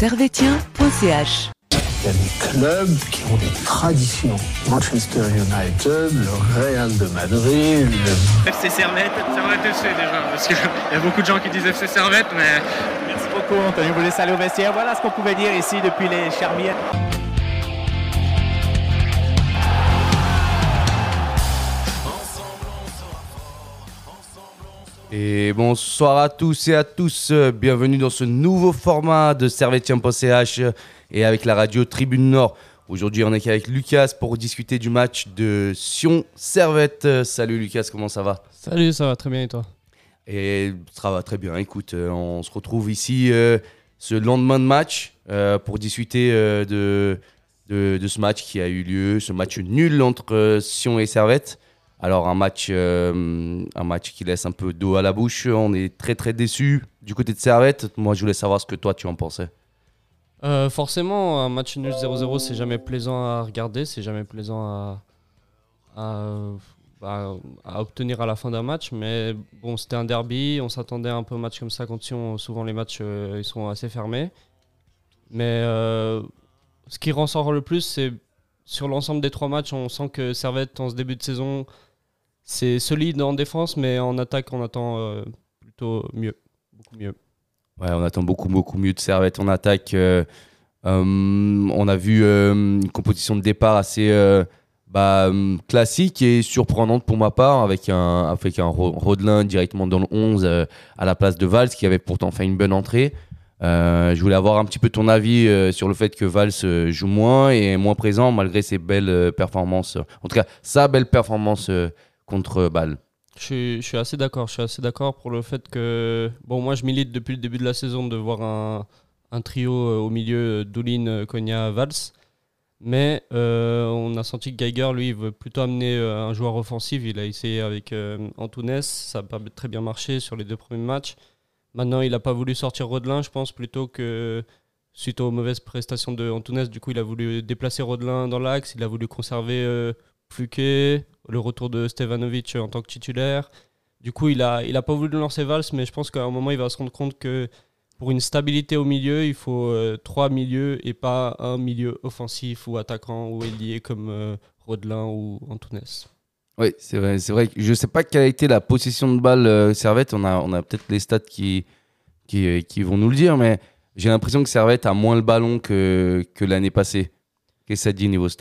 servetien.ch. Il y a des clubs qui ont des traditions. Manchester United, le Real de Madrid, FC Servette FC déjà, parce qu'il y a beaucoup de gens qui disent FC Servette, mais... Merci beaucoup Anthony, vous laissez aller au vestiaire. Voilà ce qu'on pouvait dire ici depuis les Charmières. Et bonsoir à tous et à tous, bienvenue dans ce nouveau format de servetien.ch et avec la radio Tribune Nord. Aujourd'hui on est avec Lucas pour discuter du match de Sion-Servette. Salut Lucas, comment ça va ? Salut, ça va très bien et toi ? Et ça va très bien, écoute, on se retrouve ici ce lendemain de match pour discuter de ce match qui a eu lieu, ce match nul entre Sion et Servette. Alors un match qui laisse un peu d'eau à la bouche, on est très très déçus du côté de Servette. Moi je voulais savoir ce que toi tu en pensais. Forcément, un match nul 0-0 c'est jamais plaisant à regarder, c'est jamais plaisant à obtenir à la fin d'un match. Mais bon, c'était un derby, on s'attendait un peu à un match comme ça quand souvent les matchs ils sont assez fermés. Mais ce qui ressort le plus, c'est sur l'ensemble des trois matchs, on sent que Servette en ce début de saison, c'est solide en défense, mais en attaque, on attend plutôt mieux, beaucoup mieux. Ouais, on attend beaucoup mieux de Servette en attaque. On a vu une composition de départ assez classique et surprenante pour ma part, avec un Rodelin directement dans le 11 à la place de Valls, qui avait pourtant fait une bonne entrée. Je voulais avoir un petit peu ton avis sur le fait que Valls joue moins et est moins présent malgré ses belles performances. En tout cas, sa belle performance contre Bâle. Je suis assez d'accord. Je suis assez d'accord pour le fait que... Bon, moi, je milite depuis le début de la saison de voir un trio au milieu, Doulin, Konya, Valls. Mais on a senti que Geiger, lui, il veut plutôt amener un joueur offensif. Il a essayé avec Antunes. Ça n'a pas très bien marché sur les deux premiers matchs. Maintenant, il n'a pas voulu sortir Rodelin, je pense, plutôt que suite aux mauvaises prestations de Antunes. Du coup, il a voulu déplacer Rodelin dans l'axe. Il a voulu conserver Fluquet, le retour de Stevanovic en tant que titulaire. Du coup, il a pas voulu lancer Valls, mais je pense qu'à un moment, il va se rendre compte que pour une stabilité au milieu, il faut trois milieux et pas un milieu offensif ou attaquant ou ailier comme Rodelin ou Antunes. Oui, c'est vrai. Je ne sais pas quelle a été la possession de balle Servette. On a peut-être les stats qui vont nous le dire, mais j'ai l'impression que Servette a moins le ballon que l'année passée. Qu'est-ce que ça dit niveau stats ?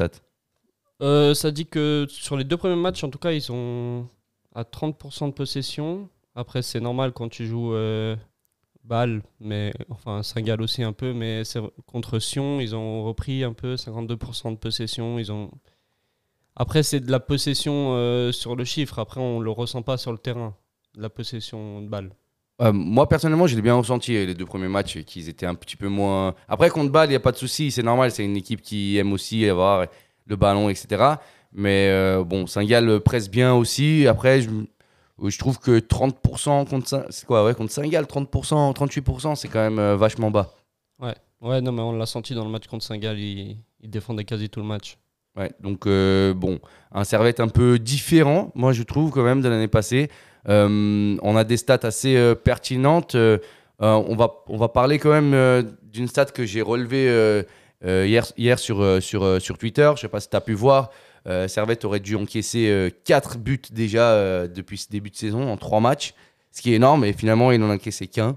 Ça dit que sur les deux premiers matchs, en tout cas, ils sont à 30% de possession. Après, c'est normal quand tu joues Bâle, mais enfin Saint-Gall aussi un peu, mais contre Sion, ils ont repris un peu 52% de possession. Après, c'est de la possession sur le chiffre. Après, on ne le ressent pas sur le terrain, la possession de balle. Moi, personnellement, je l'ai bien ressenti les deux premiers matchs, qu'ils étaient un petit peu moins... Après, contre Bâle, il n'y a pas de souci, c'est normal. C'est une équipe qui aime aussi avoir le ballon, etc. Mais Saint-Gall presse bien aussi. Après, je trouve que 30% contre Saint-Gall, 30%, 38%, c'est quand même vachement bas. Ouais, non, mais on l'a senti dans le match contre Saint-Gall. Il défendait quasi tout le match. Ouais, donc un Servette un peu différent, moi je trouve quand même de l'année passée. On a des stats assez pertinentes. On va parler quand même d'une stat que j'ai relevée hier sur Twitter. Je sais pas si tu as pu voir. Servette aurait dû encaisser 4 buts déjà depuis ce début de saison en 3 matchs, ce qui est énorme, et finalement il n'en a encaissé qu'un.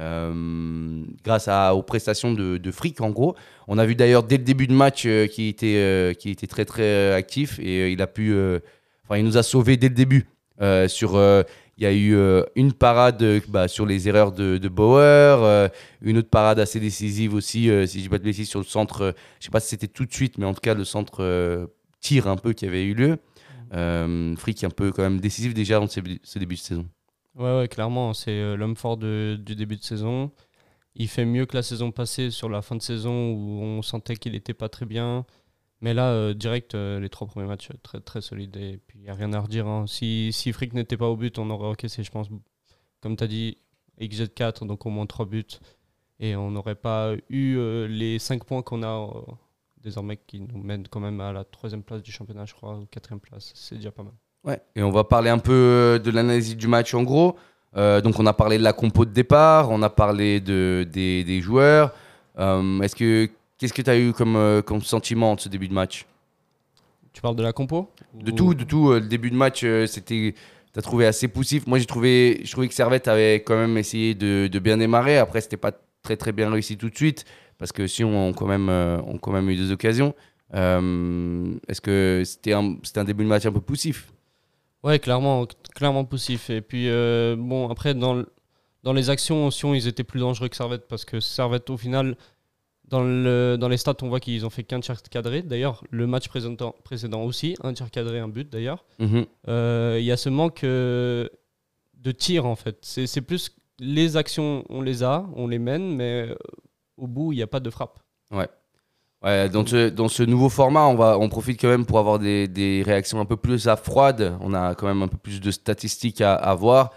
Grâce aux prestations de Frick en gros. On a vu d'ailleurs dès le début de match qu'il était très très actif, et il nous a sauvés dès le début. Il y a eu une parade sur les erreurs de Bauer, une autre parade assez décisive aussi, si je dis pas de bêtises, sur le centre, je sais pas si c'était tout de suite, mais en tout cas le centre tir un peu qui avait eu lieu. Frick un peu quand même décisif déjà dans ce début de saison. Ouais, clairement, c'est l'homme fort du début de saison. Il fait mieux que la saison passée sur la fin de saison où on sentait qu'il n'était pas très bien. Mais là, direct, les 3 premiers matchs, très, très solides. Et puis, il n'y a rien à redire. Hein. Si Frick n'était pas au but, on aurait encaissé, je pense, comme tu as dit, XZ4, donc au moins 3 buts. Et on n'aurait pas eu les 5 points qu'on a désormais, qui nous mènent quand même à la 3e place du championnat, je crois, ou 4e place. C'est déjà pas mal. Ouais, et on va parler un peu de l'analyse du match en gros. Donc on a parlé de la compo de départ, on a parlé des joueurs. Qu'est-ce que tu as eu comme sentiment de ce début de match? Tu parles de la compo? De tout. Le début de match, t'as trouvé assez poussif. Moi, je trouvais que Servette avait quand même essayé de bien démarrer. Après, c'était pas très très bien réussi tout de suite parce que si on quand même eu 2 occasions. Est-ce que c'était un début de match un peu poussif? Ouais, clairement poussif. Et puis, bon, après, dans les actions, Sion, ils étaient plus dangereux que Servette parce que Servette, au final, dans les stats, on voit qu'ils ont fait qu'un tir cadré. D'ailleurs, le match précédent aussi, un tir cadré, un but d'ailleurs. Mhm. Il y a ce manque de tir, en fait. C'est plus les actions, on les mène, mais au bout, il n'y a pas de frappe. Ouais, dans ce nouveau format, on profite quand même pour avoir des réactions un peu plus à froide. On a quand même un peu plus de statistiques à voir.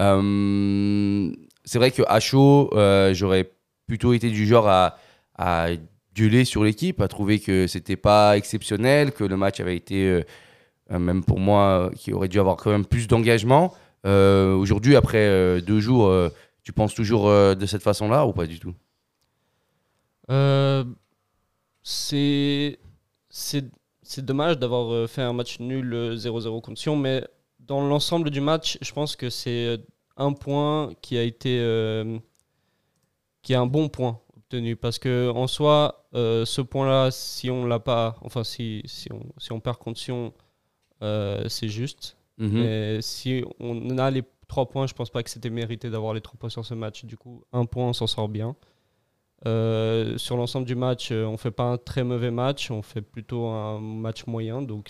C'est vrai qu'à chaud, j'aurais plutôt été du genre à gueuler sur l'équipe, à trouver que c'était pas exceptionnel, que le match avait été, même pour moi, qui aurait dû avoir quand même plus d'engagement. Aujourd'hui, après 2 jours, tu penses toujours de cette façon-là ou pas du tout? C'est dommage d'avoir fait un match nul 0-0 contre Sion, mais dans l'ensemble du match, je pense que c'est un point qui a été qui est un bon point obtenu parce que en soi, ce point-là, si on l'a pas, enfin si on perd contre Sion, c'est juste. Mais si on a les 3 points, je pense pas que c'était mérité d'avoir les 3 points sur ce match. Du coup, un point, on s'en sort bien. Sur l'ensemble du match, on fait pas un très mauvais match, on fait plutôt un match moyen, donc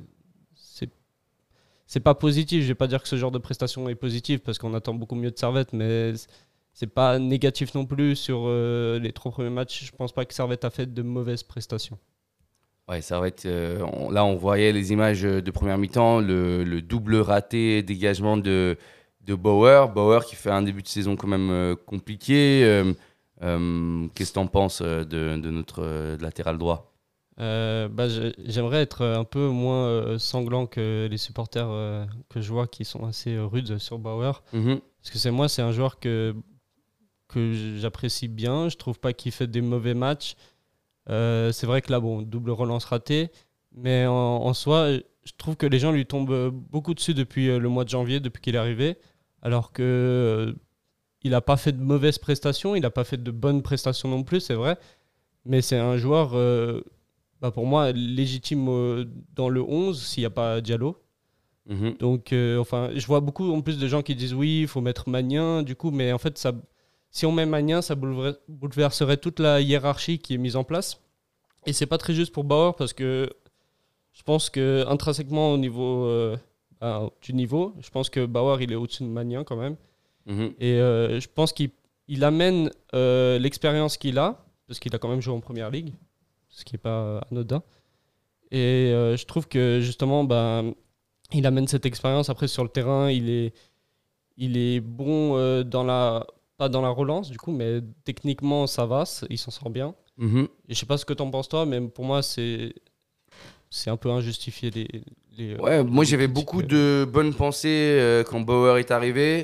c'est pas positif. Je vais pas dire que ce genre de prestation est positive parce qu'on attend beaucoup mieux de Servette, mais c'est pas négatif non plus sur les 3 premiers matchs. Je pense pas que Servette a fait de mauvaises prestations. Ouais, Servette, là on voyait les images de première mi-temps, le double raté dégagement de Bauer qui fait un début de saison quand même compliqué. Qu'est-ce que tu en penses de notre latéral droit? J'aimerais être un peu moins sanglant que les supporters que je vois qui sont assez rudes sur Bauer. Parce que c'est un joueur que j'apprécie bien. Je trouve pas qu'il fait des mauvais matchs. C'est vrai que là, bon, double relance ratée. Mais en soi, je trouve que les gens lui tombent beaucoup dessus depuis le mois de janvier, depuis qu'il est arrivé. Alors que il n'a pas fait de mauvaises prestations, il n'a pas fait de bonnes prestations non plus, c'est vrai. Mais c'est un joueur, pour moi, légitime dans le 11 s'il n'y a pas Diallo. Donc, je vois beaucoup en plus de gens qui disent oui, il faut mettre Magnien, du coup, mais en fait, si on met Magnien, ça bouleverserait toute la hiérarchie qui est mise en place. Et c'est pas très juste pour Bauer parce que je pense que intrinsèquement au niveau du niveau, je pense que Bauer il est au-dessus de Magnien quand même. Et je pense qu'il amène l'expérience qu'il a, parce qu'il a quand même joué en première ligue, ce qui n'est pas anodin. Et je trouve que justement, il amène cette expérience. Après, sur le terrain, il est bon pas dans la relance, du coup, mais techniquement, ça va, il s'en sort bien. Et je ne sais pas ce que tu en penses, toi, mais pour moi, c'est un peu injustifié. Moi, j'avais beaucoup de bonnes pensées quand Bauer est arrivé.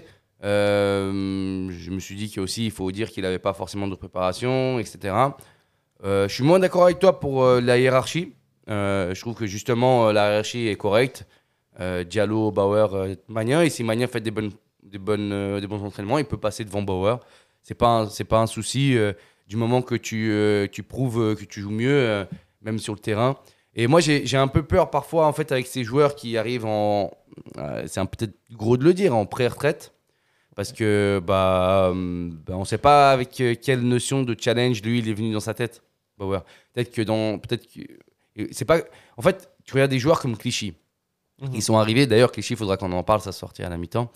Je me suis dit qu'il faut dire qu'il n'avait pas forcément de préparation, etc. Je suis moins d'accord avec toi pour la hiérarchie. Je trouve que justement la hiérarchie est correcte. Diallo, Bauer, Magnien. Et si Magnien fait des bons entraînements, il peut passer devant Bauer. C'est pas un souci du moment que tu prouves que tu joues mieux, même sur le terrain. Et moi, j'ai un peu peur parfois en fait avec ces joueurs qui arrivent c'est peut-être gros de le dire, en pré-retraite. Parce que on ne sait pas avec quelle notion de challenge lui il est venu dans sa tête. Bauer. C'est pas. En fait, tu regardes des joueurs comme Clichy. Ils sont arrivés. D'ailleurs, Clichy, il faudra qu'on en parle. Ça sortira à la mi-temps.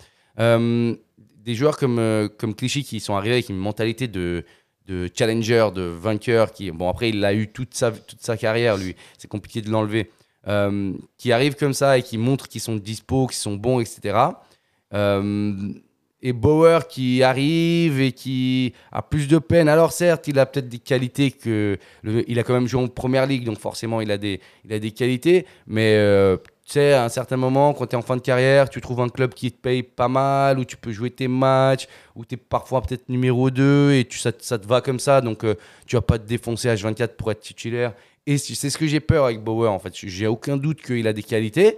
Des joueurs comme Clichy qui sont arrivés avec une mentalité de challenger, de vainqueur. Après, il a eu toute sa carrière lui. C'est compliqué de l'enlever. Qui arrivent comme ça et qui montrent qu'ils sont dispo, qu'ils sont bons, etc. et Bauer qui arrive et qui a plus de peine. Alors certes, il a peut-être des qualités il a quand même joué en Première Ligue, donc forcément il a des qualités. Mais tu sais, à un certain moment, quand tu es en fin de carrière, tu trouves un club qui te paye pas mal, où tu peux jouer tes matchs, où tu es parfois peut-être numéro 2 et ça te va comme ça. Donc tu vas pas te défoncer H24 pour être titulaire. Et c'est ce que j'ai peur avec Bauer en fait. J'ai aucun doute qu'il a des qualités.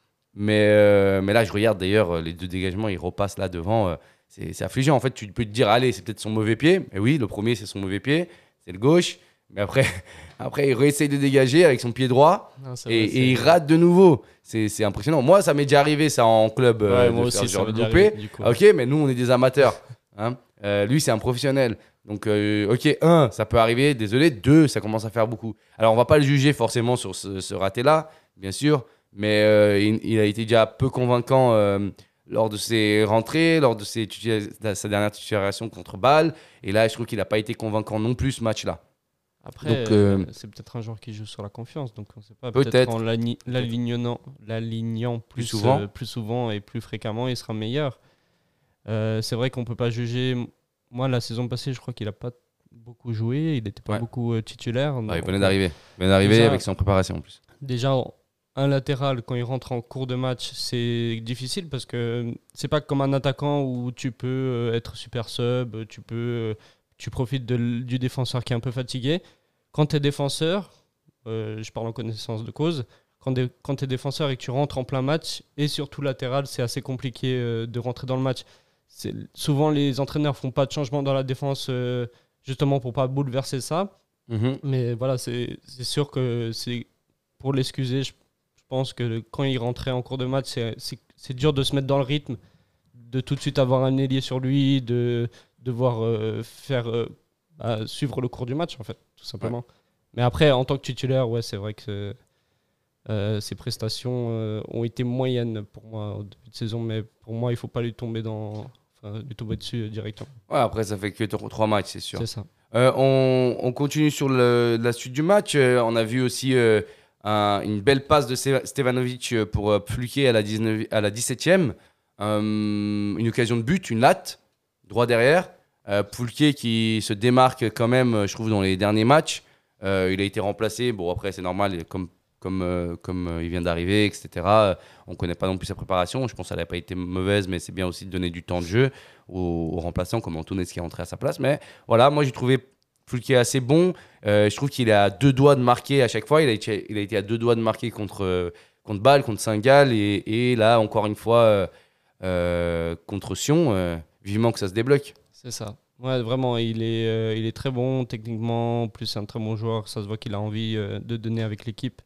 Mais là, je regarde d'ailleurs les 2 dégagements, il repasse là devant. C'est affligeant. En fait, tu peux te dire, allez, c'est peut-être son mauvais pied. Et oui, le premier, c'est son mauvais pied. C'est le gauche. Mais après il réessaye de dégager avec son pied droit. Non, Et il rate de nouveau. C'est impressionnant. Moi, ça m'est déjà arrivé, ça, en club. Moi aussi, ça m'est déjà loupé. arrivé, du coup. Ok, mais nous, on est des amateurs. Hein. Lui, c'est un professionnel. Donc, ok, 1, ça peut arriver. Désolé. 2, ça commence à faire beaucoup. Alors, on va pas le juger forcément sur ce raté-là, bien sûr. Mais il a été déjà peu convaincant lors de ses rentrées, lors de sa dernière titularisation contre Bâle. Et là, je trouve qu'il n'a pas été convaincant non plus ce match-là. Après, Donc, c'est peut-être un joueur qui joue sur la confiance, donc on ne sait pas. Peut-être. En l'alignant plus souvent et plus fréquemment, il sera meilleur. C'est vrai qu'on ne peut pas juger. Moi, la saison passée, je crois qu'il n'a pas beaucoup joué. Il n'était pas beaucoup titulaire. Il venait d'arriver. Déjà, avec son préparation en plus. Déjà, un latéral, quand il rentre en cours de match, c'est difficile parce que c'est pas comme un attaquant où tu peux être super sub, tu profites du défenseur qui est un peu fatigué. Quand tu es défenseur, je parle en connaissance de cause, quand tu es défenseur et que tu rentres en plein match, et surtout latéral, c'est assez compliqué de rentrer dans le match. Souvent, les entraîneurs font pas de changement dans la défense justement pour pas bouleverser ça. Mais voilà, c'est sûr que c'est pour l'excuser, je pense que quand il rentrait en cours de match, c'est dur de se mettre dans le rythme, de tout de suite avoir un ailier sur lui, de devoir suivre le cours du match, en fait, tout simplement. Ouais. Mais après, en tant que titulaire, c'est vrai que ses prestations ont été moyennes pour moi au début de saison, mais pour moi, il ne faut pas lui tomber dessus directement. Ouais, après, ça fait que 3 matchs, c'est sûr. C'est ça. On continue sur la suite du match. On a vu aussi une belle passe de Stevanovic pour Pfluquet à la 17e. Une occasion de but, une latte, droit derrière. Pfluquet qui se démarque quand même, je trouve, dans les derniers matchs. Il a été remplacé. Bon, après, c'est normal, comme il vient d'arriver, etc. On ne connaît pas non plus sa préparation. Je pense qu'elle n'a pas été mauvaise, mais c'est bien aussi de donner du temps de jeu aux remplaçants, comme Antunes qui est rentré à sa place. Mais voilà, moi, j'ai trouvé Pfluquet assez bon. Je trouve qu'il est à 2 doigts de marquer à chaque fois. Il a été à 2 doigts de marquer contre Bâle, contre Saint-Gall. Et là, encore une fois, contre Sion. Vivement que ça se débloque. C'est ça. Ouais, vraiment, il est très bon techniquement. En plus, c'est un très bon joueur. Ça se voit qu'il a envie de donner avec l'équipe.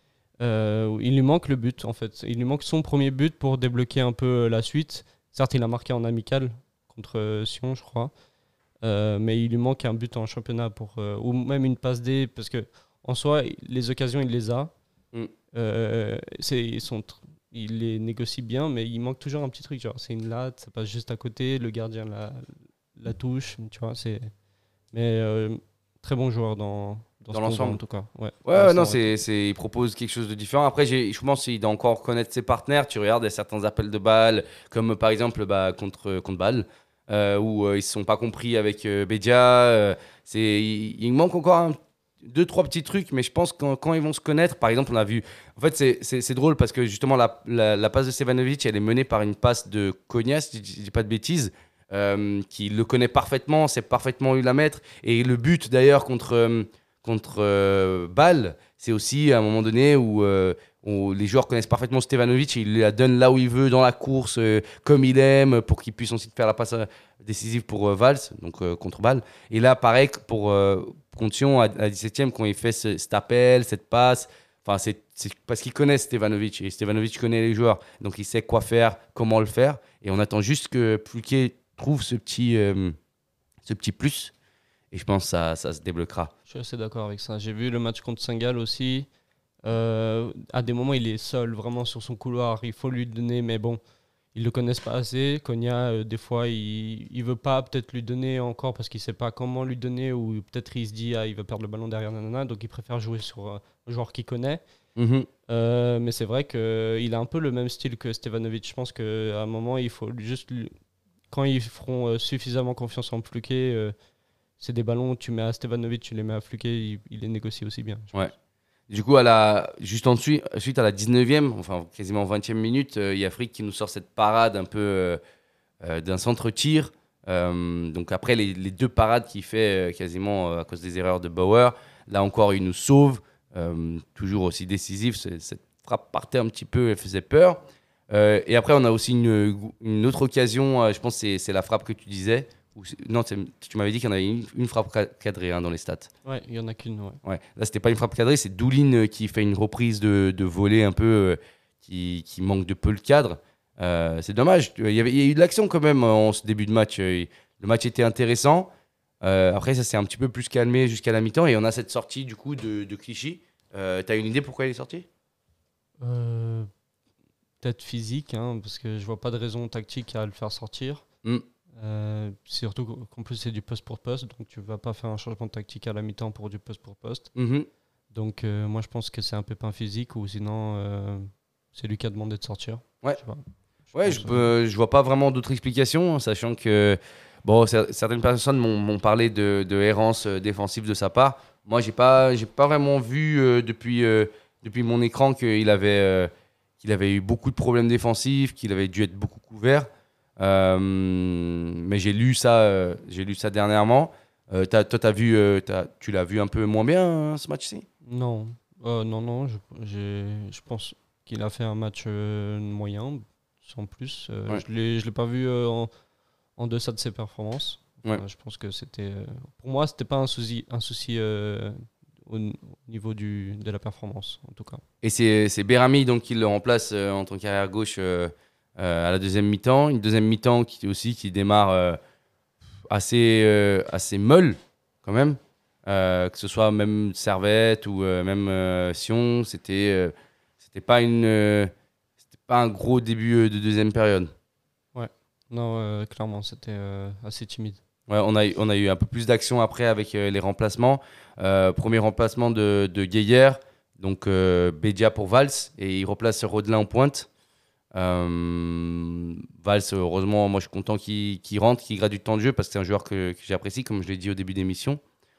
Il lui manque le but, en fait. Il lui manque son premier but pour débloquer un peu la suite. Certes, il a marqué en amical contre Sion, je crois. Mais il lui manque un but en championnat ou même une passe D, parce que en soi, les occasions, il les a. Il les négocie bien, mais il manque toujours un petit truc. Genre, c'est une latte, ça passe juste à côté, le gardien la touche, tu vois. Mais très bon joueur dans l'ensemble, en tout cas. Il propose quelque chose de différent. Après, je pense qu'il doit encore connaître ses partenaires. Tu regardes, il y a certains appels de balles, comme par exemple contre Bâle. Où ils ne se sont pas compris avec Bédia. Il manque encore 2-3 petits trucs, mais je pense que quand ils vont se connaître, par exemple, on a vu. En fait, c'est drôle parce que justement, la passe de Stevanovic, elle est menée par une passe de Cognas, si je ne dis pas de bêtises, qui le connaît parfaitement, sait parfaitement où la mettre. Et le but d'ailleurs contre Bâle, c'est aussi à un moment donné où les joueurs connaissent parfaitement Stevanovic, il la donne là où il veut dans la course, comme il aime, pour qu'il puisse ensuite faire la passe décisive pour Valls, donc contre Bâle. Et là, pareil pour contre Sion à la 17e, quand il fait cet appel, cette passe, c'est parce qu'il connaît Stevanovic, et Stevanovic connaît les joueurs, donc il sait quoi faire, comment le faire, et on attend juste que Pfluquet trouve ce petit plus. Et je pense que ça se débloquera. Je suis assez d'accord avec ça. J'ai vu le match contre Saint-Gall aussi. À des moments, il est seul vraiment sur son couloir. Il faut lui donner, mais bon, ils ne le connaissent pas assez. Cogna, des fois, il ne veut pas peut-être lui donner encore parce qu'il ne sait pas comment lui donner, ou peut-être il se dit il va perdre le ballon derrière, nanana, donc il préfère jouer sur un joueur qu'il connaît. Mais c'est vrai qu'il a un peu le même style que Stevanovic. Je pense qu'à un moment, il faut juste quand ils feront suffisamment confiance en Fluquet, c'est des ballons, tu mets à Stevanovic, tu les mets à Fluquet, il les négocie aussi bien. Ouais. Du coup, juste ensuite, à la 19e, enfin quasiment 20e minute, il y a Frick qui nous sort cette parade un peu d'un centre-tir. Donc après les deux parades qu'il fait quasiment à cause des erreurs de Bauer, là encore, il nous sauve. Toujours aussi décisif, cette frappe partait un petit peu, elle faisait peur. Et après, on a aussi une autre occasion, je pense que c'est la frappe que tu disais. Non, tu m'avais dit qu'il y en avait une frappe cadrée dans les stats. Ouais, il y en a qu'une. Ouais. Là, c'était pas une frappe cadrée, c'est Doulin qui fait une reprise de volée un peu qui manque de peu le cadre. C'est dommage. Il y a eu de l'action quand même en ce début de match. Le match était intéressant. Après, ça s'est un petit peu plus calmé jusqu'à la mi-temps et on a cette sortie du coup de Clichy. T'as une idée pourquoi il est sorti ? Peut-être physique, parce que je vois pas de raison tactique à le faire sortir. Surtout qu'en plus c'est du poste pour poste, donc tu vas pas faire un changement de tactique à la mi-temps pour du poste pour poste. Donc moi je pense que c'est un pépin physique ou sinon c'est lui qui a demandé de sortir. Ouais. Je vois pas vraiment d'autres explications, sachant que certaines personnes m'ont parlé de errance défensive de sa part. Moi j'ai pas vraiment vu depuis mon écran qu'il avait eu beaucoup de problèmes défensifs, qu'il avait dû être beaucoup couvert. Mais j'ai lu ça dernièrement. Tu l'as vu un peu moins bien ce match-ci ? Non, je pense qu'il a fait un match moyen, sans plus. Ouais. Je l'ai pas vu en deçà de ses performances. Enfin, je pense que pour moi, c'était pas un souci au niveau de la performance, en tout cas. Et c'est Berami donc, qui le remplace en tant qu'arrière gauche à la deuxième mi-temps. Une deuxième mi-temps qui démarre assez molle, quand même. Que ce soit même Servette ou même Sion, c'était pas un gros début de deuxième période. Ouais, non, clairement, c'était assez timide. Ouais, on a eu un peu plus d'action après avec les remplacements. Premier remplacement de Guéhière, donc Bédia pour Valls, et il replace Rodelin en pointe. Valls, heureusement, moi je suis content qu'il rentre, qu'il gratte du temps de jeu parce que c'est un joueur que j'apprécie, comme je l'ai dit au début d'émission.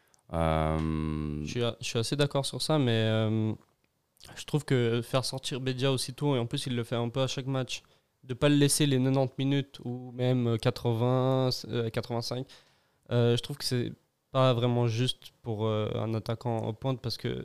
Je suis assez d'accord sur ça, mais je trouve que faire sortir Bédia aussitôt, et en plus il le fait un peu à chaque match, de ne pas le laisser les 90 minutes ou même 80, 85, je trouve que c'est pas vraiment juste pour un attaquant en pointe parce que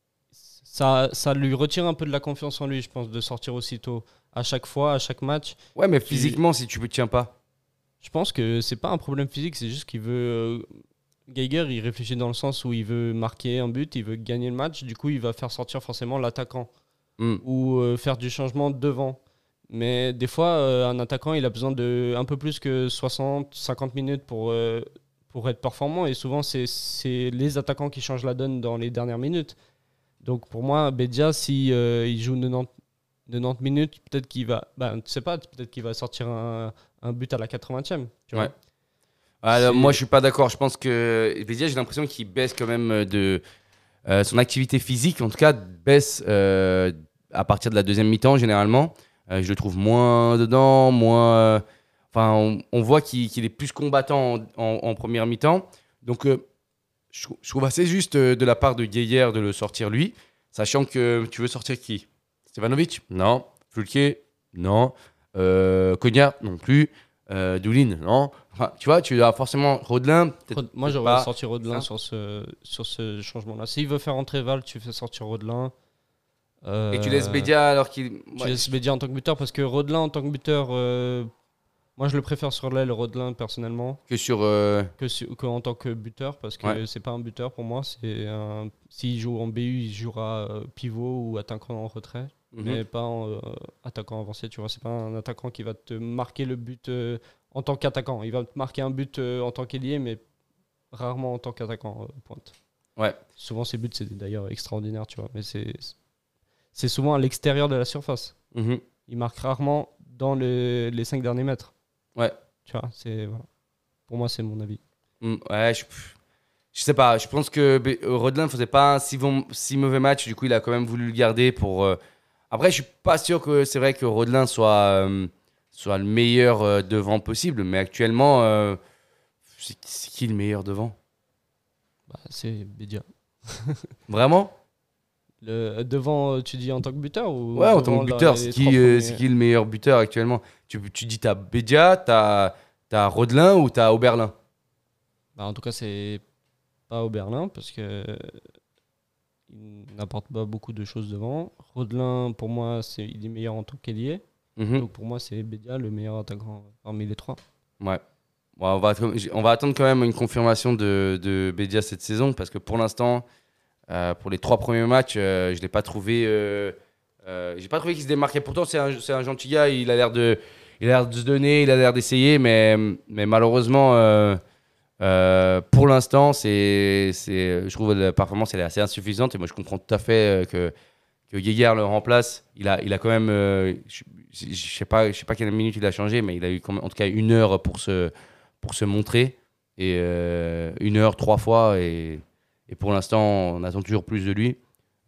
ça lui retire un peu de la confiance en lui, je pense, de sortir aussitôt à chaque fois, à chaque match. Ouais, mais physiquement, si tu ne tiens pas. Je pense que c'est pas un problème physique, c'est juste qu'il veut... Geiger, il réfléchit dans le sens où il veut marquer un but, il veut gagner le match, du coup il va faire sortir forcément l'attaquant ou faire du changement devant. Mais des fois, un attaquant, il a besoin de un peu plus que 60-50 minutes pour être performant, et souvent c'est les attaquants qui changent la donne dans les dernières minutes. Donc pour moi, Bédia, si il joue 90 minutes, peut-être qu'il va... tu sais pas, peut-être qu'il va sortir un but à la 80e. Tu vois. Alors, moi, je suis pas d'accord. Je pense que Bédia, j'ai l'impression qu'il baisse quand même de son activité physique. En tout cas, baisse à partir de la deuxième mi-temps, généralement. Je le trouve moins dedans, moins... Enfin, on voit qu'il est plus combattant en première mi-temps. Donc, je trouve assez juste de la part de Guéhière de le sortir lui, sachant que tu veux sortir qui ? Stevanovic ? Non. Fulquier ? Non. Cognac ? Non plus. Doulin ? Non. Enfin, tu vois, tu as forcément Rodelin. Moi, j'aurais sorti Rodelin sur ce changement-là. S'il veut faire entrer Val, tu fais sortir Rodelin. Et tu laisses Bédia alors qu'il... Tu laisses Bédia en tant que buteur, parce que Rodelin en tant que buteur, moi je le préfère sur l'aile, Rodelin, personnellement. Qu'en tant que buteur, parce que c'est pas un buteur pour moi. S'il joue en BU, il jouera pivot ou attaquant en retrait, mais pas en attaquant avancé. Tu vois, c'est pas un attaquant qui va te marquer le but en tant qu'attaquant. Il va te marquer un but en tant qu'ailier, mais rarement en tant qu'attaquant pointe. Ouais. Souvent ses buts, c'est d'ailleurs extraordinaire, tu vois, mais c'est souvent à l'extérieur de la surface. Il marque rarement dans les 5 derniers mètres. Ouais. Tu vois, voilà. Pour moi, c'est mon avis. Ouais, je sais pas. Je pense que Rodelin ne faisait pas un si mauvais match. Du coup, il a quand même voulu le garder pour... Après, je suis pas sûr que c'est vrai que Rodelin soit soit le meilleur devant possible. Mais actuellement, c'est qui le meilleur devant? Bah, c'est Bédia. Vraiment? Devant, tu dis en tant que buteur ou Ouais, en tant devant que buteur, les c'est trois qui, premiers c'est qui le meilleur buteur actuellement? Tu dis t'as Bédia, t'as Rodelin ou t'as Oberlin? Bah, en tout cas, c'est pas Oberlin parce que il n'apporte pas beaucoup de choses devant. Rodelin, pour moi, il est meilleur en tant qu'ailier. Mhm. Donc pour moi, c'est Bédia le meilleur attaquant parmi les trois. Ouais. Ouais, on va attendre quand même une confirmation de Bédia cette saison parce que pour l'instant, pour les 3 premiers matchs, je l'ai pas trouvé. J'ai pas trouvé qu'il se démarquait. Pourtant, c'est un gentil gars. Il a l'air de se donner, il a l'air d'essayer, mais malheureusement, pour l'instant, je trouve que la performance elle est assez insuffisante. Et moi, je comprends tout à fait que Geiger le remplace. Il a quand même, je sais pas quelle minute il a changé, mais il a eu quand même, en tout cas 1 heure pour se montrer. Et 1 heure, 3 fois. Et pour l'instant, on attend toujours plus de lui.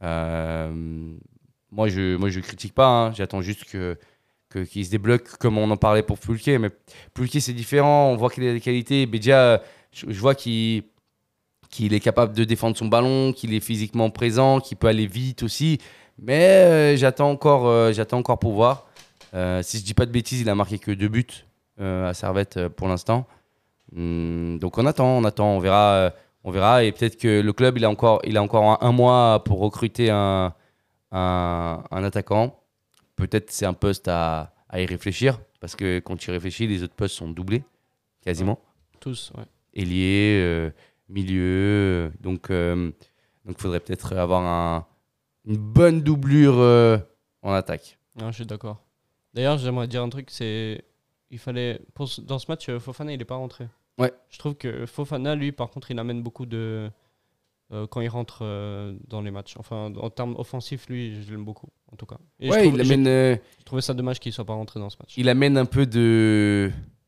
Moi, je critique pas. Hein. J'attends juste qu'il se débloque comme on en parlait pour Pulquet. Mais Pulquet, c'est différent. On voit qu'il a des qualités. Bédia, je vois qu'il est capable de défendre son ballon, qu'il est physiquement présent, qu'il peut aller vite aussi. Mais j'attends encore pour voir. Si je dis pas de bêtises, il a marqué que 2 buts à Servette pour l'instant. Donc on attend, on verra. Et peut-être que le club, il a encore un mois pour recruter un attaquant. Peut-être c'est un poste à y réfléchir, parce que quand tu y réfléchis, les autres postes sont doublés, quasiment. Tous, ouais. Ailier, milieu. Donc il faudrait peut-être avoir une bonne doublure en attaque. Non, je suis d'accord. D'ailleurs, j'aimerais dire un truc, dans ce match, Fofana, il n'est pas rentré. Ouais. Je trouve que Fofana, lui, par contre, il amène beaucoup de... quand il rentre dans les matchs. Enfin, en termes offensifs, lui, je l'aime beaucoup, en tout cas. Et Ouais, je trouvais ça dommage qu'il ne soit pas rentré dans ce match. Il amène un peu de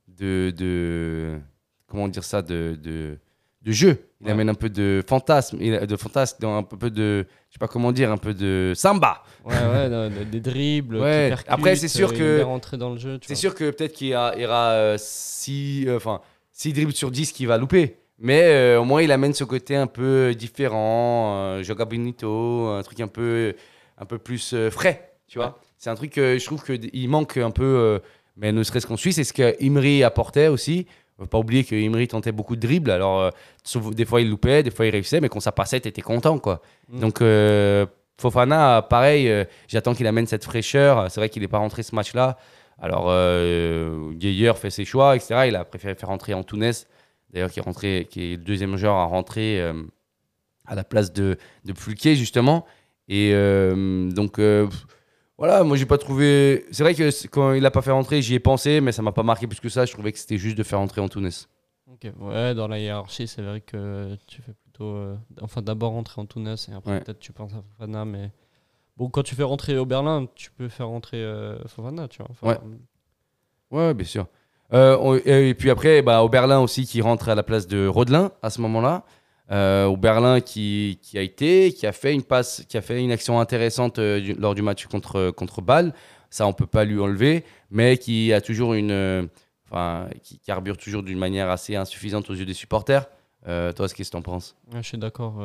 comment dire ça, de jeu. Il amène un peu de fantasme, dans un peu de, je sais pas comment dire, un peu de samba. Ouais, des dribbles. Ouais. Qui percutent, Après, c'est sûr il que est rentré dans le jeu. C'est sûr que peut-être qu'il y aura 6 dribbles sur 10 qu'il va louper. Mais au moins, il amène ce côté un peu différent, Joga Bonito, un truc un peu plus frais, tu vois. Ouais. C'est un truc que je trouve qu'il manque un peu, mais ne serait-ce qu'en Suisse. C'est ce que Imri apportait aussi. Il ne faut pas oublier que Imri tentait beaucoup de dribbles. Alors, des fois, il loupait, des fois, il réussissait, mais quand ça passait, tu étais content, quoi. Donc, Fofana, pareil, j'attends qu'il amène cette fraîcheur. C'est vrai qu'il n'est pas rentré ce match-là. Alors, Geiger fait ses choix, etc. Il a préféré faire rentrer Antunes, d'ailleurs, qui est le deuxième joueur à rentrer à la place de Pulquet, justement. Et donc, voilà, moi, j'ai pas trouvé. C'est vrai que quand il n'a pas fait rentrer, j'y ai pensé, mais ça m'a pas marqué plus que ça. Je trouvais que c'était juste de faire rentrer Antunes. Ok, ouais, dans la hiérarchie, c'est vrai que tu fais plutôt. D'abord rentrer Antunes et après, peut-être tu penses à Fofana, mais. Bon, quand tu fais rentrer Oberlin, tu peux faire rentrer Fofana, tu vois. Enfin, ouais, bien sûr. Et puis après, Oberlin aussi qui rentre à la place de Rodelin à ce moment-là. Oberlin qui a fait une passe, qui a fait une action intéressante lors du match contre Bâle. Ça, on peut pas lui enlever, mais qui a toujours qui carbure toujours d'une manière assez insuffisante aux yeux des supporters. Toi, qu'est-ce que tu en penses? Ouais, je suis d'accord.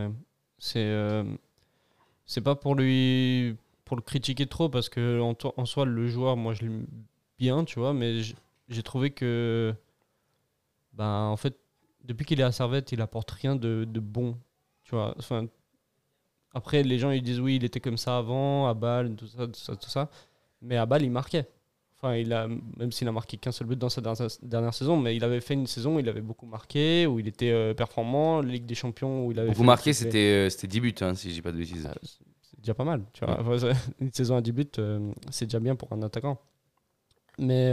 C'est pas pour le critiquer trop parce que en soi le joueur, moi je l'aime bien, tu vois, mais j'ai trouvé que en fait depuis qu'il est à Servette, il apporte rien de bon, tu vois. Enfin, après les gens ils disent oui, il était comme ça avant à Bâle, tout ça, mais à Bâle il marquait. Enfin, même s'il n'a marqué qu'un seul but dans sa dernière saison, mais il avait fait une saison où il avait beaucoup marqué, où il était performant, Ligue des Champions où il avait beaucoup marqué, c'était 10 buts, hein, si je dis pas de bêtises. C'est déjà pas mal, tu vois. Ouais. Une saison à 10 buts, c'est déjà bien pour un attaquant. Mais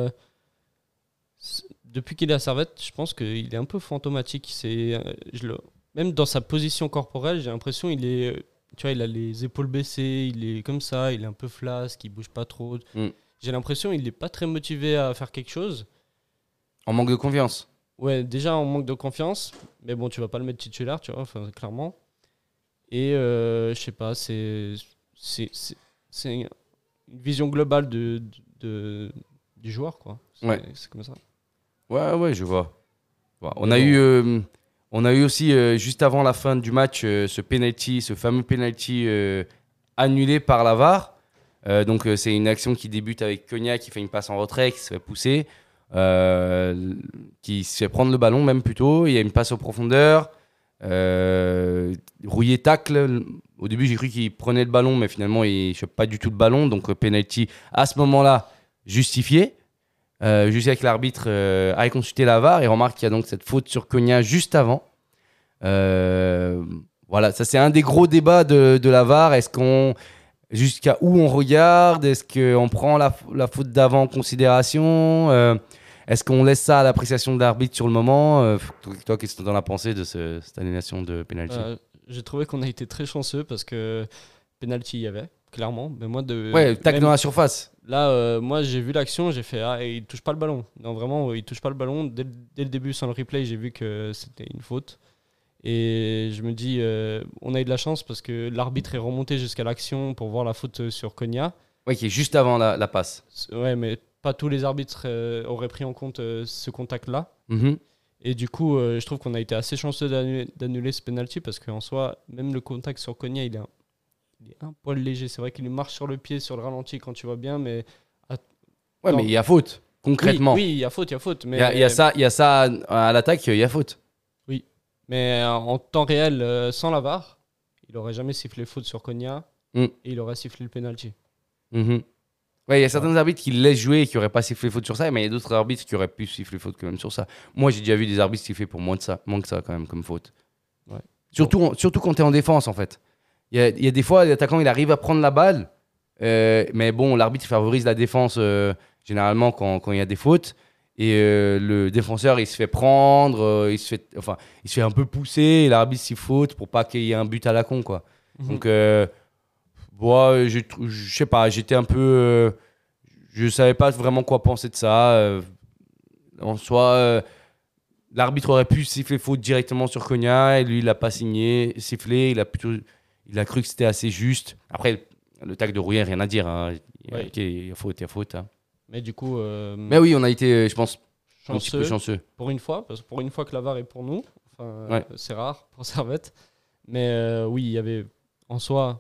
depuis qu'il est à Servette, je pense qu'il est un peu fantomatique. Même dans sa position corporelle, j'ai l'impression tu vois, il a les épaules baissées, il est comme ça, il est un peu flasque, il bouge pas trop. J'ai l'impression qu'il n'est pas très motivé à faire quelque chose. En manque de confiance. Ouais, déjà en manque de confiance. Mais bon, tu vas pas le mettre titulaire, tu vois, clairement. Et je sais pas, c'est une vision globale du du joueur, quoi. C'est comme ça. Ouais, je vois. Voilà. On a eu aussi, juste avant la fin du match, ce fameux penalty annulé par la VAR. Donc, c'est une action qui débute avec Konya qui fait une passe en retrait, qui se fait pousser, qui se fait prendre le ballon même plutôt. Il y a une passe en profondeur. Rouillé tacle. Au début, j'ai cru qu'il prenait le ballon, mais finalement, il ne chope pas du tout le ballon. Donc, penalty à ce moment-là justifié. Jusqu'à que l'arbitre aille consulter la VAR et remarque qu'il y a donc cette faute sur Konya juste avant. Voilà, ça c'est un des gros débats de la VAR. Jusqu'à où on regarde? Est-ce qu'on prend la faute d'avant en considération? Est-ce qu'on laisse ça à l'appréciation de l'arbitre sur le moment? Toi, qu'est-ce que tu en as pensé de cette annulation de penalty? J'ai trouvé qu'on a été très chanceux parce que penalty il y avait, clairement. Mais moi, tacle dans la surface. Là, moi, j'ai vu l'action, j'ai fait il touche pas le ballon. Non, vraiment, il touche pas le ballon. Dès le début, sans le replay, j'ai vu que c'était une faute. Et je me dis, on a eu de la chance parce que l'arbitre est remonté jusqu'à l'action pour voir la faute sur Konya. Ouais, qui est juste avant la passe. Ouais, mais pas tous les arbitres auraient pris en compte ce contact-là. Mm-hmm. Et du coup, je trouve qu'on a été assez chanceux d'annuler ce penalty parce qu'en soi, même le contact sur Konya, il est un poil léger. C'est vrai qu'il lui marche sur le pied, sur le ralenti quand tu vois bien, mais... Ouais, mais il y a faute, concrètement. Oui, il y a faute. Mais il y a ça à l'attaque, il y a faute. Oui, mais en temps réel, sans la VAR, il aurait jamais sifflé faute sur Konya et il aurait sifflé le penalty. Mm-hmm. Ouais, il y a certains arbitres qui laissent jouer et qui n'auraient pas sifflé faute sur ça, mais il y a d'autres arbitres qui auraient pu siffler faute quand même sur ça. Moi, j'ai déjà vu des arbitres siffler pour moins que ça quand même comme faute. Ouais. Surtout quand tu es en défense, en fait. Il y a des fois, l'attaquant, il arrive à prendre la balle, mais bon, l'arbitre favorise la défense généralement quand il y a des fautes. Et le défenseur, il se fait prendre, il se fait un peu pousser, et l'arbitre siffle faute pour pas qu'il y ait un but à la con, quoi. Mm-hmm. Donc, je sais pas, j'étais un peu... je savais pas vraiment quoi penser de ça. En soi, l'arbitre aurait pu siffler faute directement sur Konya, et lui, il l'a pas sifflé, il a cru que c'était assez juste. Après, le tacle de Rouillet, rien à dire. Hein. Il y a faute. Hein. Mais du coup... mais oui, on a été, je pense, un petit peu chanceux. Pour une fois, parce que pour une fois que la VAR est pour nous, c'est rare pour Servette. Mais oui, il y avait en soi...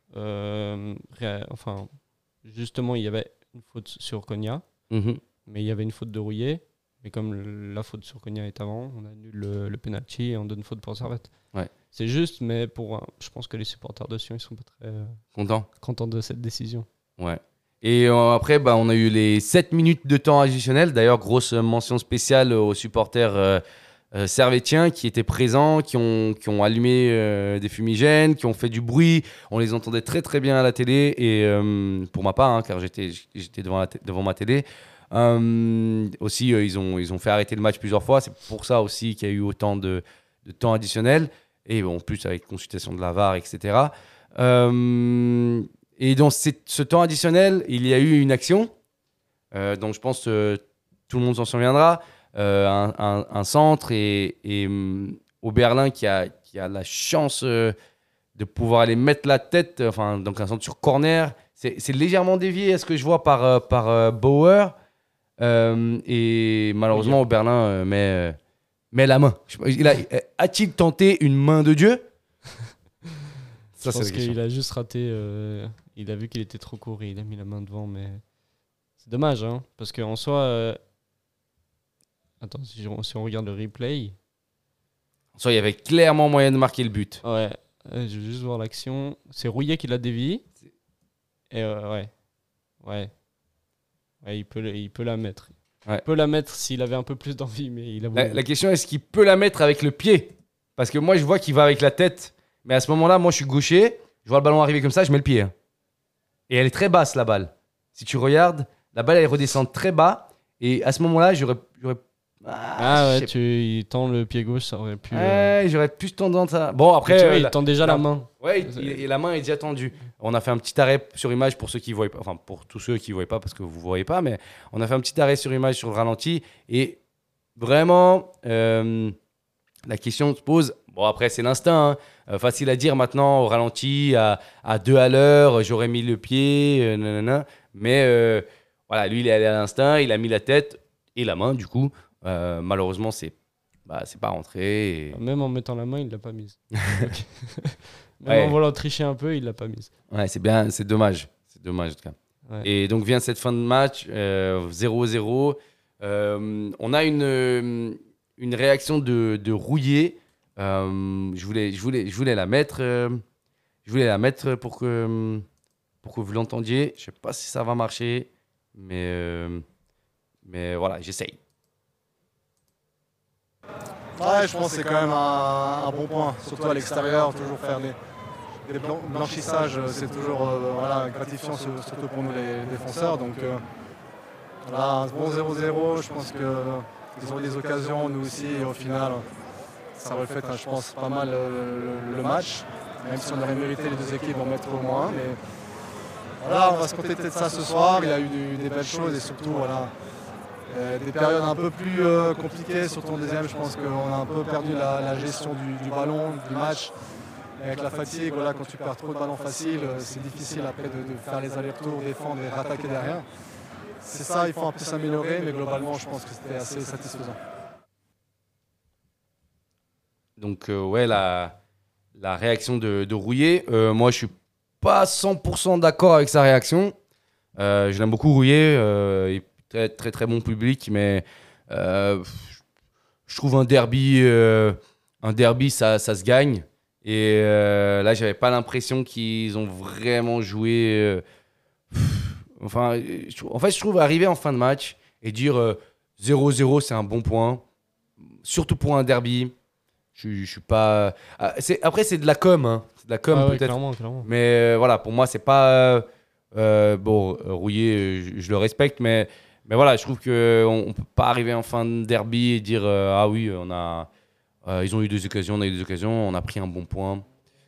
justement, il y avait une faute sur Konya, mais il y avait une faute de Rouillet. Mais comme la faute sur Konya est avant, on annule le penalty et on donne faute pour Servette. Ouais. C'est juste, mais je pense que les supporters de Sion, ils sont pas très contents de cette décision. Ouais. Et après, on a eu les 7 minutes de temps additionnel. D'ailleurs, grosse mention spéciale aux supporters servétiens qui étaient présents, qui ont allumé des fumigènes, qui ont fait du bruit. On les entendait très très bien à la télé. Et pour ma part, hein, car j'étais devant ma télé, aussi ils ont fait arrêter le match plusieurs fois. C'est pour ça aussi qu'il y a eu autant de temps additionnel. Et en plus avec consultation de la VAR, etc. Et dans ce temps additionnel, il y a eu une action. Donc je pense que tout le monde s'en souviendra. Un centre et Oberlin qui a la chance de pouvoir aller mettre la tête, donc un centre sur corner. C'est légèrement dévié à ce que je vois par Bauer. Et malheureusement, Oberlin met la main. A-t-il tenté une main de Dieu? Je pense qu'il a juste raté. Il a vu qu'il était trop court et il a mis la main devant, mais c'est dommage, hein, parce qu'en soi. Attends, si on regarde le replay. En soi, il y avait clairement moyen de marquer le but. Ouais, je vais juste voir l'action. C'est Rouillet qui l'a dévié. Et ouais, il peut la mettre. Ouais. Il peut la mettre s'il avait un peu plus d'envie, mais il a voulu. La question, est-ce qu'il peut la mettre avec le pied? Parce que moi, je vois qu'il va avec la tête. Mais à ce moment-là, moi, je suis gaucher. Je vois le ballon arriver comme ça, je mets le pied. Et elle est très basse, la balle. Si tu regardes, la balle, elle redescend très bas. Et à ce moment-là, j'aurais... il tend le pied gauche, ça aurait pu... j'aurais plus tendance à... Bon, après... Tu vois, il tend déjà la main. Ouais, et la main est déjà tendue. On a fait un petit arrêt sur image pour ceux qui voient pas. Enfin, pour tous ceux qui voient pas, parce que vous voyez pas. Mais on a fait un petit arrêt sur image sur le ralenti. Et vraiment, la question se pose... Bon, après, c'est l'instinct. Hein. Facile à dire maintenant, au ralenti, à 2 à l'heure, j'aurais mis le pied, nanana. Mais voilà, lui, il est allé à l'instinct, il a mis la tête et la main, du coup. Malheureusement, c'est pas rentré. Même en mettant la main, il l'a pas mise. Même Ouais. en voulant tricher un peu, il l'a pas mise. Ouais, c'est bien, c'est dommage. C'est dommage, en tout cas. Ouais. Et donc, vient cette fin de match, 0-0. On a une réaction de Rouillé. Je voulais la mettre. Je voulais la mettre pour que vous l'entendiez. Je sais pas si ça va marcher, mais voilà, j'essaye. Ouais, je pense que c'est quand même un bon point, surtout à l'extérieur, toujours faire des blanchissages, c'est toujours gratifiant, surtout pour nous les défenseurs. Donc voilà, un bon 0-0, je pense qu'ils ont eu des occasions, nous aussi, et au final, ça reflète, je pense, pas mal le match, même si on aurait mérité les deux équipes d'en mettre au moins. Mais voilà, on va se contenter de ça ce soir, il y a eu des belles choses et surtout, voilà. Des périodes un peu plus compliquées, surtout en deuxième, je pense qu'on a un peu perdu la gestion du ballon, du match. Et avec la fatigue, voilà, quand tu perds trop de ballons faciles, c'est difficile après de faire les allers-retours, défendre et rattaquer derrière. C'est ça, il faut un peu s'améliorer, mais globalement, je pense que c'était assez satisfaisant. Donc, ouais, la réaction de Rouillé. Moi, je suis pas 100% d'accord avec sa réaction. Je l'aime beaucoup, Rouillé. Très, très, très bon public, mais je trouve un derby, ça se gagne. Et là, j'avais pas l'impression qu'ils ont vraiment joué. Je trouve arriver en fin de match et dire 0-0, c'est un bon point, surtout pour un derby. Je suis pas. Après, c'est de la com, hein. C'est de la com, Ouais, peut-être. clairement. Mais voilà, pour moi, c'est pas. Bon, Rouillé, je le respecte, mais voilà, je trouve qu'on ne peut pas arriver en fin de derby et dire ah oui, ils ont eu des occasions, on a eu des occasions, on a pris un bon point.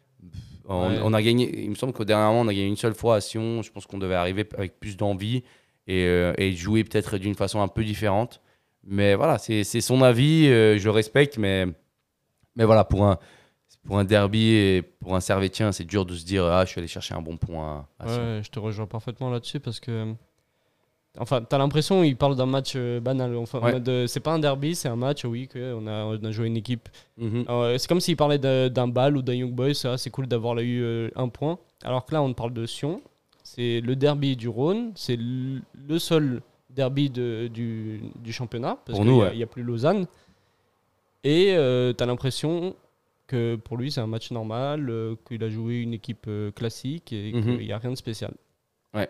On a gagné, il me semble qu'au dernier moment, on a gagné une seule fois à Sion. Je pense qu'on devait arriver avec plus d'envie et jouer peut-être d'une façon un peu différente. Mais voilà, c'est son avis, je le respecte, mais voilà, pour un derby et pour un Servetien, c'est dur de se dire je suis allé chercher un bon point à Sion. Ouais, je te rejoins parfaitement là-dessus parce que. Enfin, t'as l'impression qu'il parle d'un match banal. Enfin, Ouais. en mode, c'est pas un derby, c'est un match, oui, on a joué une équipe. Mhm. C'est comme s'il parlait d'un BAL ou d'un Young Boys, c'est cool d'avoir eu un point. Alors que là, on parle de Sion. C'est le derby du Rhône, c'est le seul derby du championnat, parce Pour qu'il nous, n'y ouais. a plus Lausanne. Et t'as l'impression que pour lui, c'est un match normal, qu'il a joué une équipe classique et Mhm. qu'il n'y a rien de spécial. Ouais.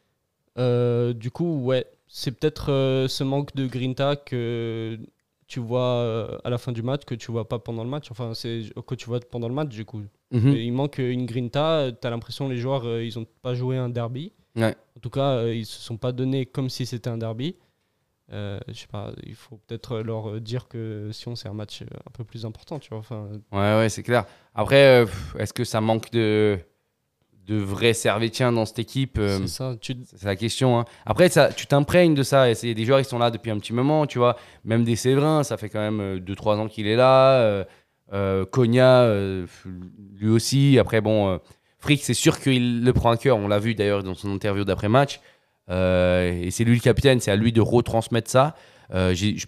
Du coup, ouais, c'est peut-être ce manque de grinta que tu vois à la fin du match, que tu vois pas pendant le match. Enfin, c'est que tu vois pendant le match, du coup. Mhm. Et il manque une grinta. T'as l'impression que les joueurs, ils ont pas joué un derby. Ouais. En tout cas, ils se sont pas donnés comme si c'était un derby. Je sais pas, il faut peut-être leur dire que Sion, c'est un match un peu plus important, tu vois. Enfin, Ouais, c'est clair. Après, est-ce que ça manque de vrais Servétiens dans cette équipe c'est ça. C'est la question. Hein. Après, tu t'imprègnes de ça. Et c'est des joueurs qui sont là depuis un petit moment, tu vois. Même des Séverins, ça fait quand même 2-3 ans qu'il est là. Cogna, lui aussi. Après, bon, Frick, c'est sûr qu'il le prend à cœur. On l'a vu d'ailleurs dans son interview d'après-match. Et c'est lui le capitaine. C'est à lui de retransmettre ça. Je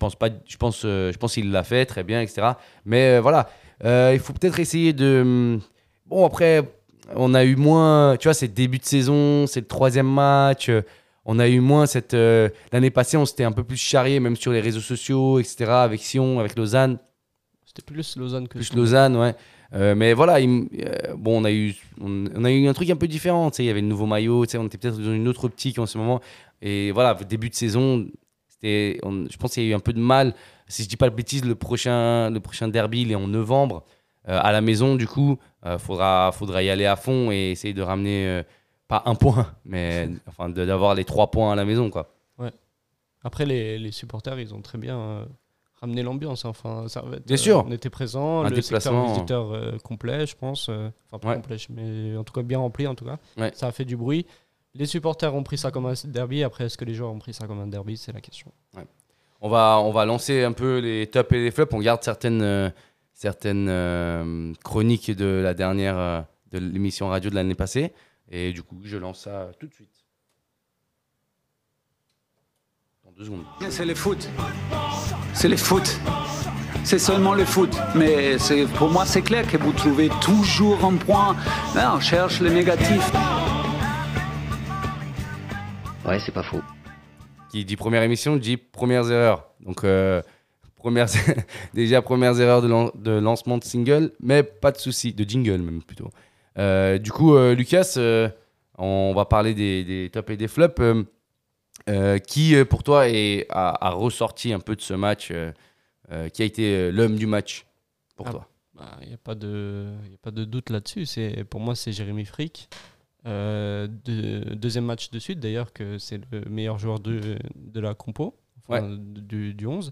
pense qu'il l'a fait très bien, etc. Mais voilà, il faut peut-être essayer de. Bon, après. On a eu moins, tu vois, c'est le début de saison, c'est le 3e match. On a eu moins cette. L'année passée, on s'était un peu plus charrié, même sur les réseaux sociaux, etc., avec Sion, avec Lausanne. C'était plus Lausanne que Plus Sion. Lausanne, ouais. Mais voilà, bon, on a eu un truc un peu différent. Tu sais, il y avait le nouveau maillot, tu sais, on était peut-être dans une autre optique en ce moment. Et voilà, début de saison, je pense qu'il y a eu un peu de mal. Si je dis pas de bêtises, le prochain derby, il est en novembre. À la maison, du coup, faudra y aller à fond et essayer de ramener, pas un point, mais enfin, d'avoir les 3 points à la maison, quoi. Ouais. Après, les supporters, ils ont très bien ramené l'ambiance. Enfin, Bien sûr. On était présents, Un le déplacement. secteur visiteur complet, je pense. Enfin, pas Ouais. complet, mais en tout cas bien rempli, en tout cas. Ouais. Ça a fait du bruit. Les supporters ont pris ça comme un derby. Après, est-ce que les joueurs ont pris ça comme un derby? C'est la question. On va lancer un peu les tops et les flops. On garde certaines chroniques de la dernière de l'émission radio de l'année passée. Et du coup, je lance ça tout de suite. en 2 secondes. C'est le foot. C'est le foot. C'est seulement le foot. Mais pour moi, c'est clair que vous trouvez toujours un point. Là, on cherche le négatif. Ouais, c'est pas faux. Qui dit première émission dit premières erreurs. Donc, déjà premières erreurs de lancement de single, mais pas de souci, de jingle même plutôt. Du coup, Lucas, on va parler des tops et des flops. Qui, pour toi, a ressorti un peu de ce match, qui a été l'homme du match pour toi? Il n'y a pas de doute là-dessus. Pour moi, c'est Jérémy Frick. Deuxième match de suite, d'ailleurs, que c'est le meilleur joueur de la compo, du 11.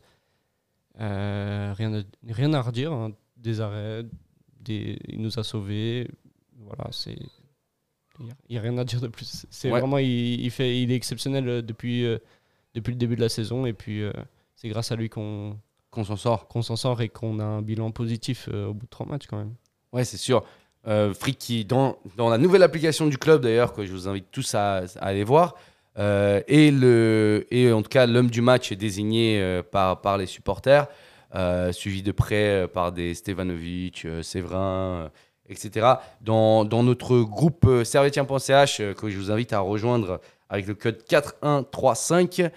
Rien à redire. Hein. Des arrêts, il nous a sauvés. Voilà, il n'y a rien à dire de plus. C'est vraiment, il est exceptionnel depuis le début de la saison. Et puis, c'est grâce à lui qu'on s'en sort et qu'on a un bilan positif au bout de 3 matchs quand même. Ouais, c'est sûr. Frick qui, dans la nouvelle application du club d'ailleurs, que je vous invite tous à aller voir, et en tout cas l'homme du match est désigné par les supporters, suivi de près par des Stevanovic, Séverin, etc. Dans notre groupe servetien.ch, que je vous invite à rejoindre avec le code 4135,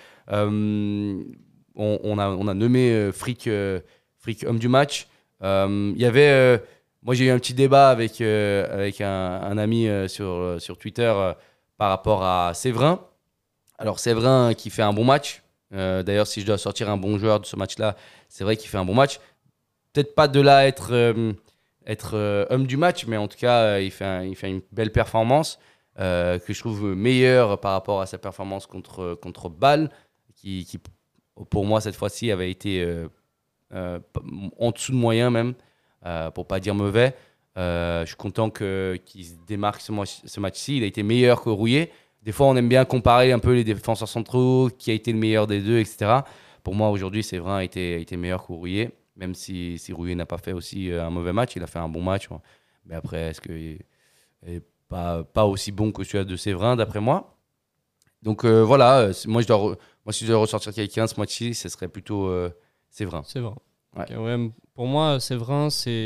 on a nommé Frick homme du match. Il y avait... moi, j'ai eu un petit débat avec un ami sur Twitter par rapport à Séverin. Alors, Séverin qui fait un bon match. D'ailleurs, si je dois sortir un bon joueur de ce match-là, c'est vrai qu'il fait un bon match. Peut-être pas de là être homme du match, mais en tout cas, il fait une belle performance que je trouve meilleure par rapport à sa performance contre Bâle, qui, pour moi, cette fois-ci, avait été en dessous de moyen même. Pour pas dire mauvais. Je suis content qu'il se démarque ce match-ci. Il a été meilleur que Rouillet. Des fois, on aime bien comparer un peu les défenseurs centraux, qui a été le meilleur des deux, etc. Pour moi, aujourd'hui, Séverin a été meilleur que Rouillet, même si Rouillet n'a pas fait aussi un mauvais match. Il a fait un bon match. Mais après, est-ce qu'il n'est pas aussi bon que celui de Séverin, d'après moi? Donc voilà, moi, si je dois ressortir quelqu'un ce match-ci, ce serait plutôt Séverin. Séverin. Ouais. Okay, ouais. Pour moi, Séverin,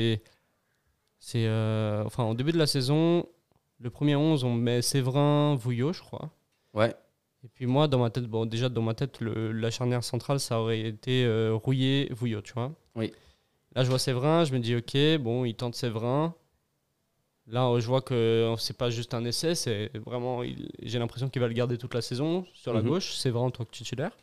enfin, au début de la saison, le premier 11, on met Séverin, Vouillot, je crois. Ouais. Et puis moi, dans ma tête, la charnière centrale, ça aurait été Rouillet, Vouillot, tu vois. Oui. Là, je vois Séverin, je me dis, ok, bon, il tente Séverin. Là, je vois que c'est pas juste un essai, c'est vraiment, j'ai l'impression qu'il va le garder toute la saison sur la gauche, Séverin en tant que titulaire.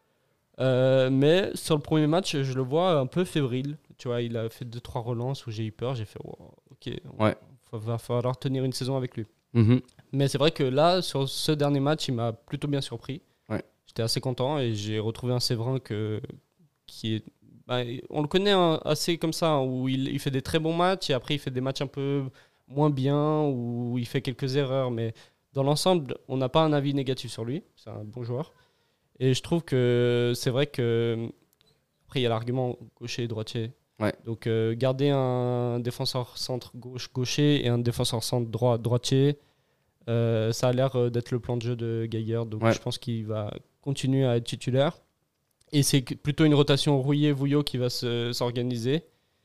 Mais sur le premier match, je le vois un peu fébrile. Tu vois, il a fait 2-3 relances où j'ai eu peur. J'ai fait, wow, ok, va falloir tenir une saison avec lui. Mais c'est vrai que là, sur ce dernier match, il m'a plutôt bien surpris. Ouais. J'étais assez content et j'ai retrouvé un Séverin qui est... on le connaît assez comme ça, où il fait des très bons matchs et après il fait des matchs un peu moins bien, où il fait quelques erreurs. Mais dans l'ensemble, on n'a pas un avis négatif sur lui. C'est un bon joueur. Et je trouve que c'est vrai que... Après, il y a l'argument gaucher et droitier. Ouais. Donc, garder un défenseur centre gaucher et un défenseur centre droitier, ça a l'air d'être le plan de jeu de Geiger. Donc, je pense qu'il va continuer à être titulaire. Et c'est plutôt une rotation Rouillet-Vouillot qui va s'organiser.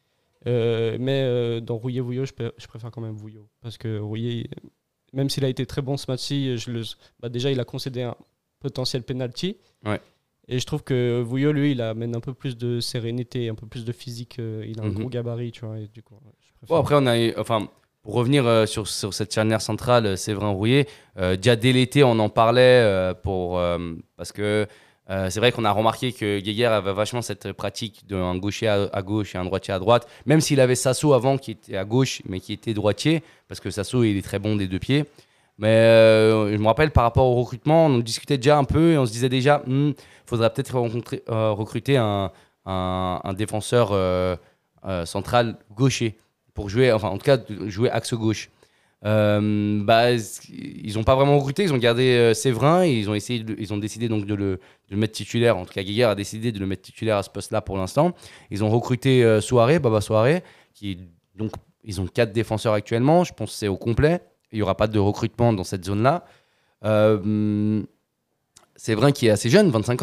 Mais dans Rouillet-Vouillot, je préfère quand même Vouillot. Parce que Rouillet, même s'il a été très bon ce match-ci, déjà, il a concédé un potentiel penalty. Ouais. Et je trouve que Vouillot, lui, il amène un peu plus de sérénité, un peu plus de physique. Il a un gros gabarit, tu vois. Et du coup, après, pour revenir sur cette charnière centrale, Séverin-Rouillet, déjà dès l'été, on en parlait parce que c'est vrai qu'on a remarqué que Geiger avait vachement cette pratique d'un gaucher à gauche et un droitier à droite, même s'il avait Sasso avant qui était à gauche, mais qui était droitier, parce que Sasso, il est très bon des deux pieds. Mais je me rappelle par rapport au recrutement, on en discutait déjà un peu et on se disait déjà faudrait peut-être recruter un défenseur central gaucher pour jouer, enfin en tout cas jouer axe gauche. Ils n'ont pas vraiment recruté, ils ont gardé Séverin et ils ont décidé donc de le mettre titulaire. En tout cas, Geiger a décidé de le mettre titulaire à ce poste-là pour l'instant. Ils ont recruté Baba Souaré, donc ils ont 4 défenseurs actuellement. Je pense que c'est au complet. Il n'y aura pas de recrutement dans cette zone-là. Séverin qui est assez jeune, 25 ans.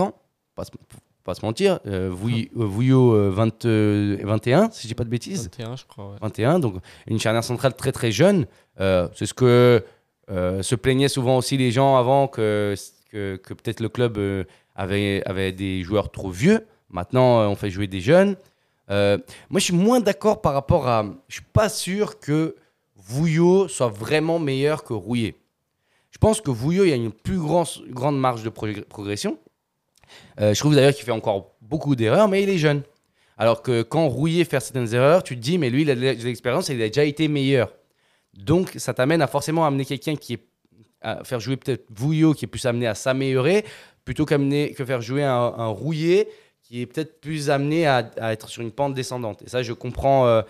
pas se mentir, Vouillot 21, si je dis pas de bêtises. 21, je crois. Ouais. 21, donc une charnière centrale très très jeune. C'est ce que se plaignaient souvent aussi les gens avant que peut-être le club avait des joueurs trop vieux. Maintenant, on fait jouer des jeunes. Moi, je suis moins d'accord par rapport à... Je suis pas sûr que Vouillot soit vraiment meilleur que Rouillé. Je pense que Vouillot, il y a une plus grande marge de progression. Je trouve d'ailleurs qu'il fait encore beaucoup d'erreurs, mais il est jeune. Alors que quand Rouillé fait certaines erreurs, tu te dis, mais lui, il a de l'expérience et il a déjà été meilleur. Donc, ça t'amène à forcément amener quelqu'un qui est à faire jouer peut-être Vouillot, qui est plus amené à s'améliorer, plutôt que faire jouer un Rouillé qui est peut-être plus amené à être sur une pente descendante. Et ça, je comprends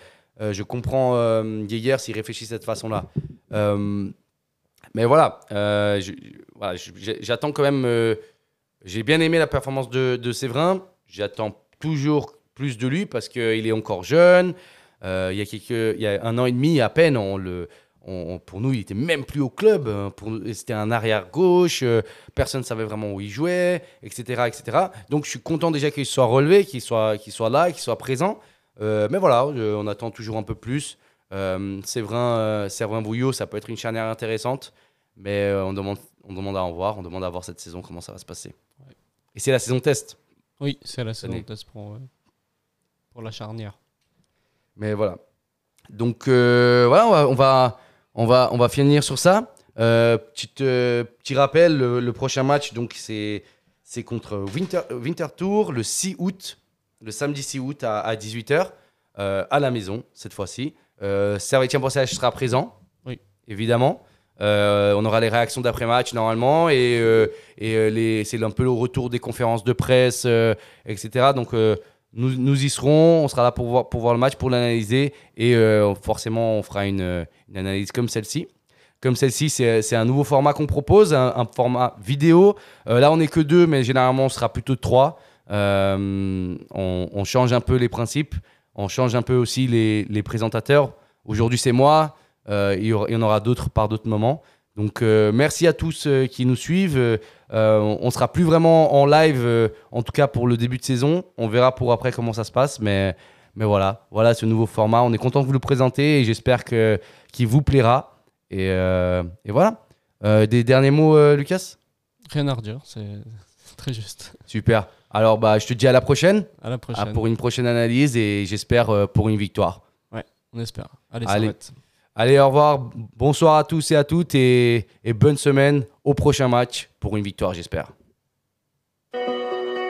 Geiger s'il réfléchit de cette façon-là. Mais voilà, j'attends quand même... j'ai bien aimé la performance de Séverin. J'attends toujours plus de lui parce qu'il est encore jeune. Il y a 1 an et demi à peine, pour nous, il était même plus au club. C'était un arrière-gauche. Personne ne savait vraiment où il jouait, etc., etc. Donc, je suis content déjà qu'il soit relevé, qu'il soit là, qu'il soit présent. Mais voilà, on attend toujours un peu plus. Séverin-Vouillot, ça peut être une charnière intéressante. Mais on demande à en voir. On demande à voir cette saison, comment ça va se passer. Ouais. Et c'est la saison test. Oui, c'est la saison test pour la charnière. Mais voilà. Donc, voilà, on va finir sur ça. Petit rappel, le prochain match, donc c'est contre Winterthur le 6 août, le samedi 6 août à 18h, à la maison, cette fois-ci. Servetien-Bossage sera présent, oui, évidemment. On aura les réactions d'après-match normalement et c'est un peu le retour des conférences de presse, etc. Donc nous y serons, on sera là pour voir le match, pour l'analyser et forcément on fera une analyse comme celle-ci. Comme celle-ci, c'est un nouveau format qu'on propose, un format vidéo. Là on n'est que 2, mais généralement on sera plutôt 3. On change un peu les principes, on change un peu aussi les présentateurs. Aujourd'hui c'est moi. Il y en aura d'autres par d'autres moments. Donc merci à tous qui nous suivent. On sera plus vraiment en live, en tout cas pour le début de saison. On verra pour après comment ça se passe. Mais voilà ce nouveau format. On est content de vous le présenter et j'espère qu'il vous plaira. Et voilà. Des derniers mots, Lucas ? Rien à redire, c'est très juste. Super. Alors je te dis à la prochaine. À la prochaine. Pour une prochaine analyse et j'espère pour une victoire. Ouais, on espère. Allez. Allez, au revoir. Bonsoir à tous et à toutes et bonne semaine au prochain match pour une victoire, j'espère.